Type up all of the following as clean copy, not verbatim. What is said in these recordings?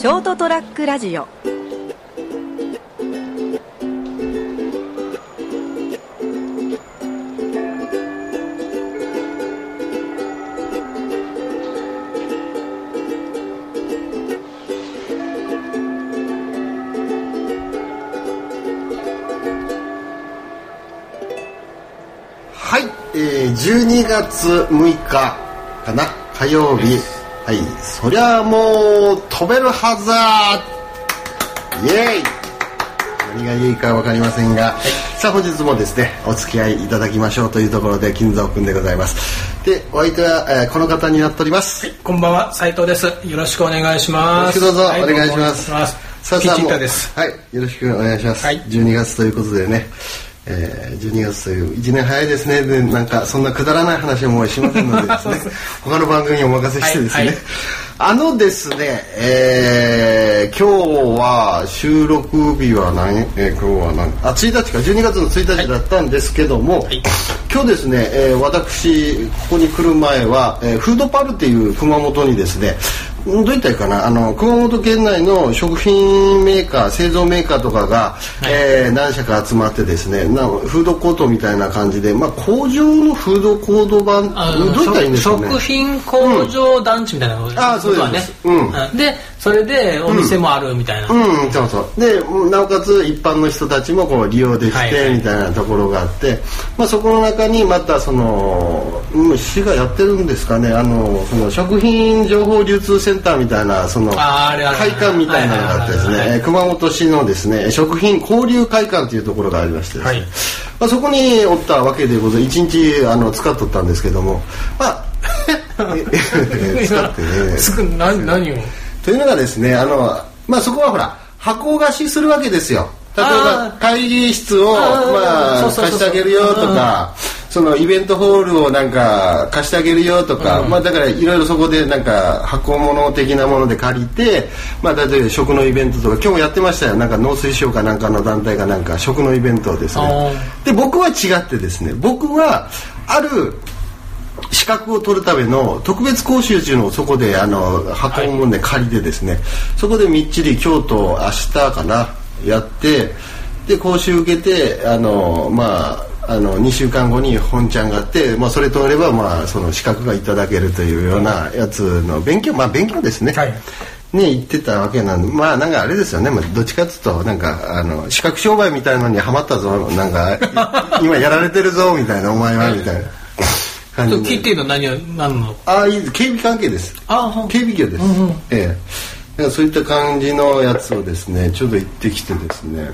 ショートトラックラジオ。 はい、12月6日かな、火曜日。はい、そりゃもう飛べるはずだイエーイ。何がいいか分かりませんが、はい、さあ本日もですねお付き合いいただきましょうというところで金蔵君でございます。でお相手は、この方になっております。 はい、こんばんは、斉藤です。よろしくお願いします。 よろしくどうぞ、はい、お願いします。 さあピッチッタです。 はい、よろしくお願いします。はい、12月ということでね、12月という1年早いですね。でなんかそんなくだらない話もしませんのでですね他の番組にお任せしてですね、はいはい、ですね、今日は収録日は今日は1日か12月の1日だったんですけども、はい、今日ですね、私ここに来る前は、フードパルっていう熊本にですね、どういったらいいかな、熊本県内の食品メーカー製造メーカーとかが、はい、何社か集まってですね、フードコートみたいな感じで、工場のフードコート版、どういったらいいんですかね、 食品工場団地みたいなことあ、そうですね、 でそれでお店もあるみたいな、 そうそうでなおかつ一般の人たちもこう利用できてみたいなところがあって、そこの中にまたその市がやってるんですかね、その食品情報流通センターみたいなその会館みたいなのがあってですね、熊本市のですね食品交流会館というところがありましてですね、はい、そこにおったわけでございます。一日使っとったんですけども、使ってね何をというのがですね、そこはほら箱貸しするわけですよ。例えば会議室を貸してあげるよとか、そのイベントホールをなんか貸してあげるよとか、だからいろいろそこでなんか箱物的なもので借りて、例えば食のイベントとか今日もやってましたよ。なんか農水省かなんかの団体がなんか食のイベントをですね。で僕は違ってですね、僕はある資格を取るための特別講習中のそこで箱物で借りてですね、はい、そこでみっちり今日と明日かなやって、で講習受けて2週間後に本ちゃんがあって、それ通ればその資格がいただけるというようなやつの勉強ですね、はい、言ってたわけなんで、なんかあれですよね、どっちかっていうとなんか資格障害みたいなのにハマったぞ、なんか今やられてるぞみたいな、お前はみたいな聞いてるの何の警備関係です。警備業です、そういった感じのやつをですねちょうど行ってきてですね、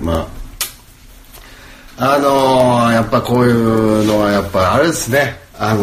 やっぱこういうのはやっぱあれですね、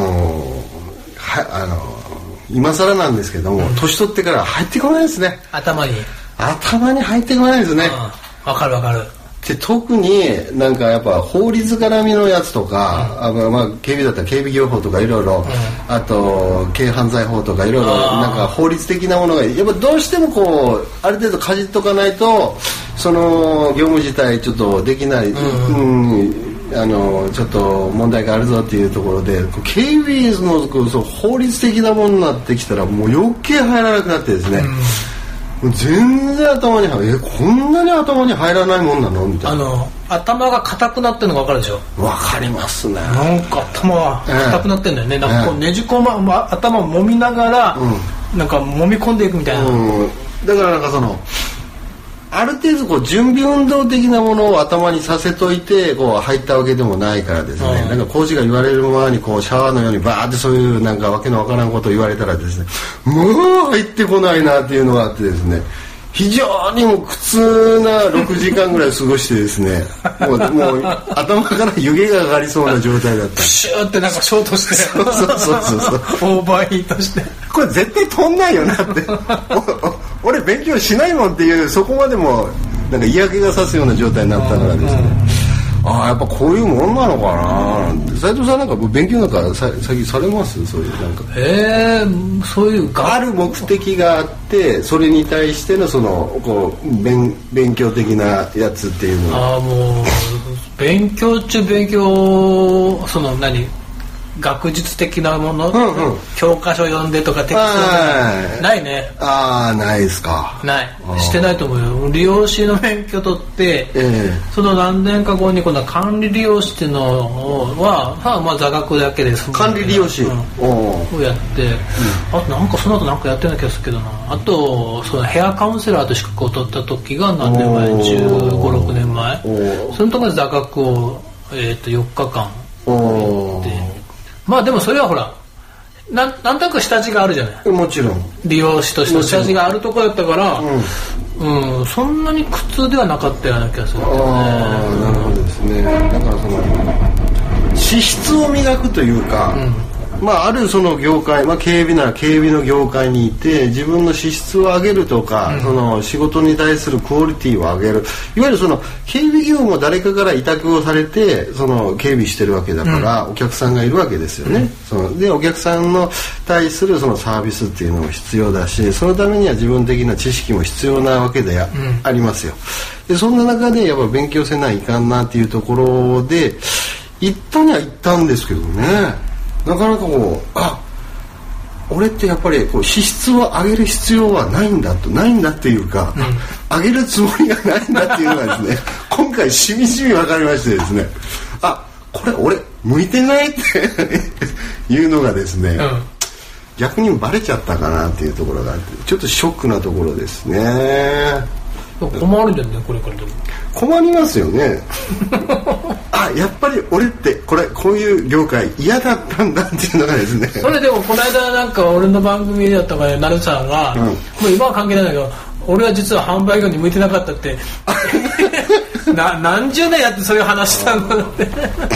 今更なんですけども、年取ってから入ってこないですね。頭に入ってこないですね。 わかるで特になんかやっぱ法律絡みのやつとか、警備だったら警備業法とかいろいろ、あと軽犯罪法とかいろいろなんか法律的なものがやっぱどうしてもこうある程度かじっとかないとその業務自体ちょっとできない、ちょっと問題があるぞっていうところで、警備の法律的なものになってきたらもう余計入らなくなってですね、全然頭にこんなに頭に入らないもんなのみたいな。 頭が硬くなってるのが分かるでしょ。 分かりますね。 なんか頭が硬くなってんだよね、なんかこうねじ込頭を揉みながら、なんか揉み込んでいくみたいな、 だからなんかそのある程度こう準備運動的なものを頭にさせといてこう入ったわけでもないからですね、なんかコーチが言われる前にこうシャワーのようにバーってそういうなんかわけのわからんことを言われたらですね、もう入ってこないなっていうのがあってですね、非常にも苦痛な6時間ぐらい過ごしてですねもう頭から湯気が上がりそうな状態だった。プシューってなんかショートしてそうオーバーヒートしてこれ絶対飛んないよなって俺勉強しないもんっていう、そこまでもなんか嫌気がさすような状態になったのがですね、やっぱこういうもんなのかな。斉藤さんなんか勉強なんか最近されます？そういうなんかそういうある目的があって、それに対してのそのこう勉強的なやつっていうのはもう勉強その学術的なもの、教科書読んでとかテキストないね。 ないですか。 ないしてないと思うよ。理容師の免許取って、その何年か後に今度は管理理容師っていうのはまあ座学だけです。 管理理容師をやって、あとなんかその後なんかやってるような気がするけどな。あとそのヘアカウンセラーと資格を取った時が何年前、15、6年前。そのところで座学を4日間行って。まあでもそれはほらなんとなく下地があるじゃない。 もちろん理容師として下地があるところだったから、そんなに苦痛ではなかったような気がする、ね。 なるほどですね。だからその資質を磨くというか、あるその業界、警備なら警備の業界にいて自分の資質を上げるとか、その仕事に対するクオリティを上げる、いわゆるその警備業務を誰かから委託をされてその警備してるわけだから、お客さんがいるわけですよね。でお客さんの対するそのサービスっていうのも必要だし、そのためには自分的な知識も必要なわけでありますよ。でそんな中でやっぱ勉強せないかんなっていうところで行ったには行ったんですけどね。なかなか俺ってやっぱり資質を上げる必要はないんだっていうか、上げるつもりがないんだっていうのがですね今回しみじみ分かりましてですね、これ俺向いてないっていうのがですね、逆にバレちゃったかなっていうところがあって、ちょっとショックなところですね。 困るんだよね、これからでも。 困りますよね。やっぱり俺ってこういう業界嫌だったんだっていうのがですね。 それでもこの間なんか俺の番組だったからなるさんが、もう今は関係ないんだけど、俺は実は販売業に向いてなかったって何十年やってそういう話したんだって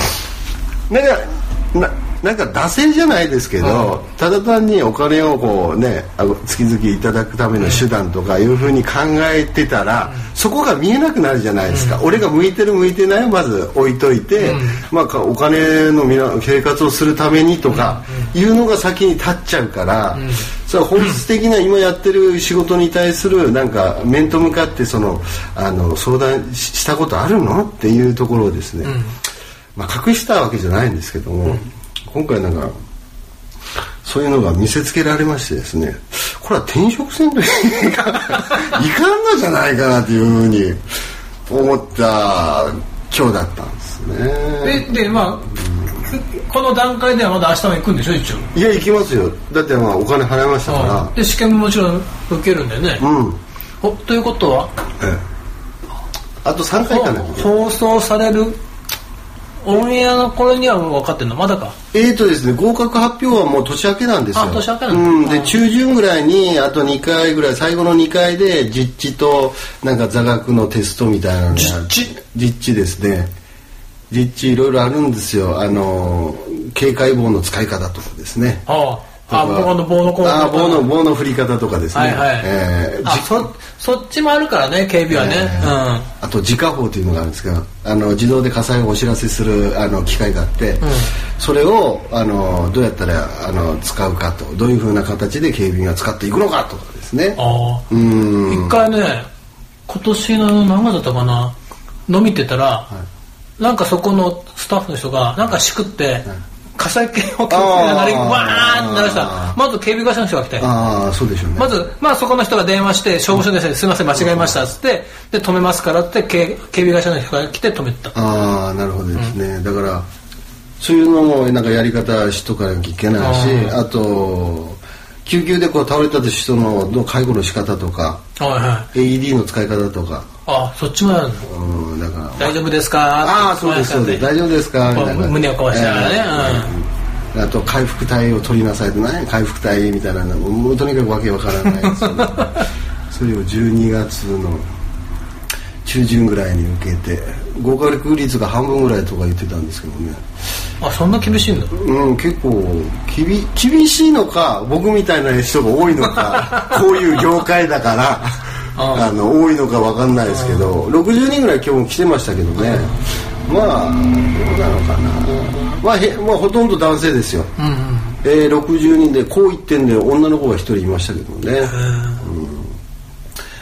なんか惰性じゃないですけど、ただ単にお金を月々いただくための手段とかいうふうに考えてたら、そこが見えなくなるじゃないですか。俺が向いてる向いてないをまず置いといて、お金の生活をするためにとかいうのが先に立っちゃうから、それは本質的な今やってる仕事に対するなんか面と向かって相談したことあるのっていうところをですね、隠したわけじゃないんですけども、今回なんかそういうのが見せつけられましてですね、これは転職せんといかんのじゃないかなというふうに思った今日だったんですね。 でこの段階ではまだ明日も行くんでしょ一応。 いや行きますよ。だってお金払いましたから。 で試験ももちろん受けるんだよね。ということは、 あと3回かな。 放送されるオンエアの頃にはもう分かってんの？まだか。 ですね、合格発表はもう年明けなんですよ。 年明けなんだ。 で中旬ぐらいにあと2回ぐらい、最後の2回で実地となんか座学のテストみたいなのが実地ですね。実地いろいろあるんですよ。警戒棒の使い方とかですね。 僕の棒の棒の振り方とかですね。 そっちもあるからね、警備はね。 あと自家砲というのがあるんですけど、自動で火災をお知らせする機械があって、それをどうやったら使うかと、どういうふうな形で警備員が使っていくのかとかですね。 一回ね、今年の何月だったかな、飲みってたら、なんかそこのスタッフの人がなんかしくって、火災警報器が鳴りわーって鳴らしたら、まず警備会社の人が来て、 そうでしょうね。 まずそこの人が電話して消防署ですいません間違えましたっつって、で止めますからって警備会社の人が来て止めた。 なるほどですね。だからそういうのもなんかやり方しとかなきゃいけないし、あと救急で倒れた人の介護の仕方とか、AED の使い方とか。 そっちもあるの。だから大丈夫ですか？ そうですそうです。大丈夫ですか？みたいな。 胸をかわしながらね。 あと回復隊を取りなさいと、何回復隊みたいなのもうとにかくわけわからないですけどそれを12月の中旬ぐらいに受けて、合格率が半分ぐらいとか言ってたんですけどね。 そんな厳しいんだ。 結構厳しいのか、僕みたいな人が多いのかこういう業界だから多いのか分かんないですけど、60人ぐらい今日も来てましたけどね。どうなのかな。ほとんど男性ですよ。60人でこう1点で女の子が1人いましたけどね。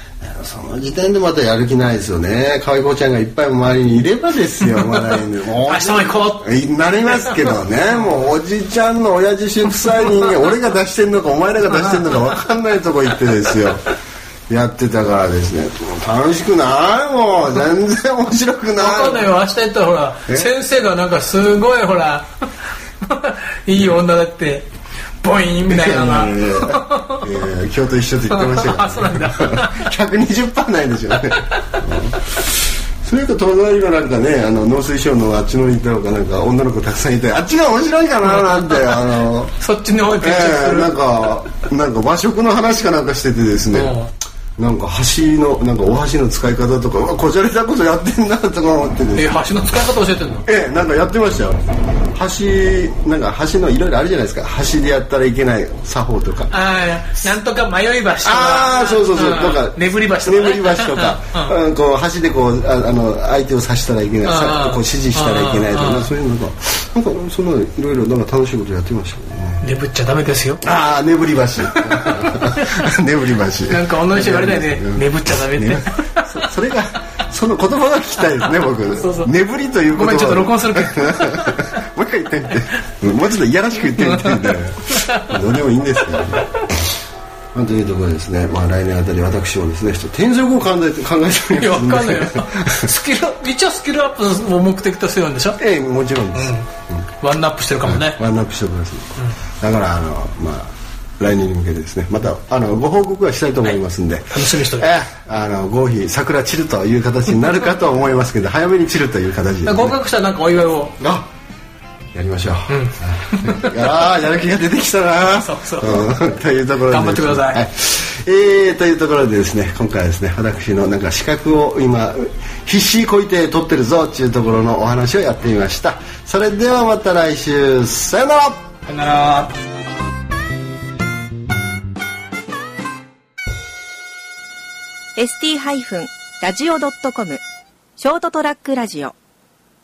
その時点でまたやる気ないですよね。可愛い子ちゃんがいっぱい周りにいればですよ。まだもう明日も行こうなりますけどね。もうおじちゃんの親父臭臭い人間、俺が出してんのかお前らが出してんのか分かんないとこ行ってですよやってたからですね。楽しくないもう全然面白くない。分かんないよ。明日行ったらほら先生がなんかすごいほらいい女だってボインみたいなのが今日と一緒と言ってましたけど、 あ、そうなんだ 120% ないでしょうねそれと隣がなんかね、農水省のあっちのに行ったのかなんか女の子たくさんいて、あっちが面白いかななんてそっちの方になんか和食の話かなんかしててですね、なんか箸のなんかお箸の使い方とかこじゃれたことやってんなとか思ってね。 箸の使い方教えてんの？ なんかやってましたよ。なんか箸のいろいろあるじゃないですか。箸でやったらいけない作法とか。 なんとか迷い箸とか。そうとか。 眠り箸とか、 眠り箸とか。こう箸でこう相手を刺したらいけない。さっとこう指示したらいけないとか、そういうのがなんかそのいろいろなんか楽しいことやってましたね。 眠っちゃダメですよ。 眠り箸。眠り箸。 なんか同じ人言われないで、眠っちゃダメって。 それがその言葉が聞きたいですね、僕。 そう眠りという言葉。 ごめん、ちょっと録音するけど。 もう一回言ってみて。もうちょっといやらしく言ってみてみたいな。どうでもいいんですけどね。というところでですね、来年あたり私もですね、転職を考えております。 いや、わかんないよ。一応スキルアップを目的とするんでしょ？ もちろんです。 ワンナップしてるかもね。 ワンナップしております。だから来年に向けてですね、またご報告はしたいと思いますんで、 楽しみにしております。 合否桜散るという形になるかとは思いますけど、早めに散るという形で、 合格したらなんかお祝いをやりましょう。やる気が出てきたな。というところで頑張ってください。 というところでですね、今回はですね、私のなんか資格を今必死こいて取ってるぞっていうところのお話をやってみました。それではまた来週、さよなら。 さよなら。 ST-radio.com ショートトラックラジオ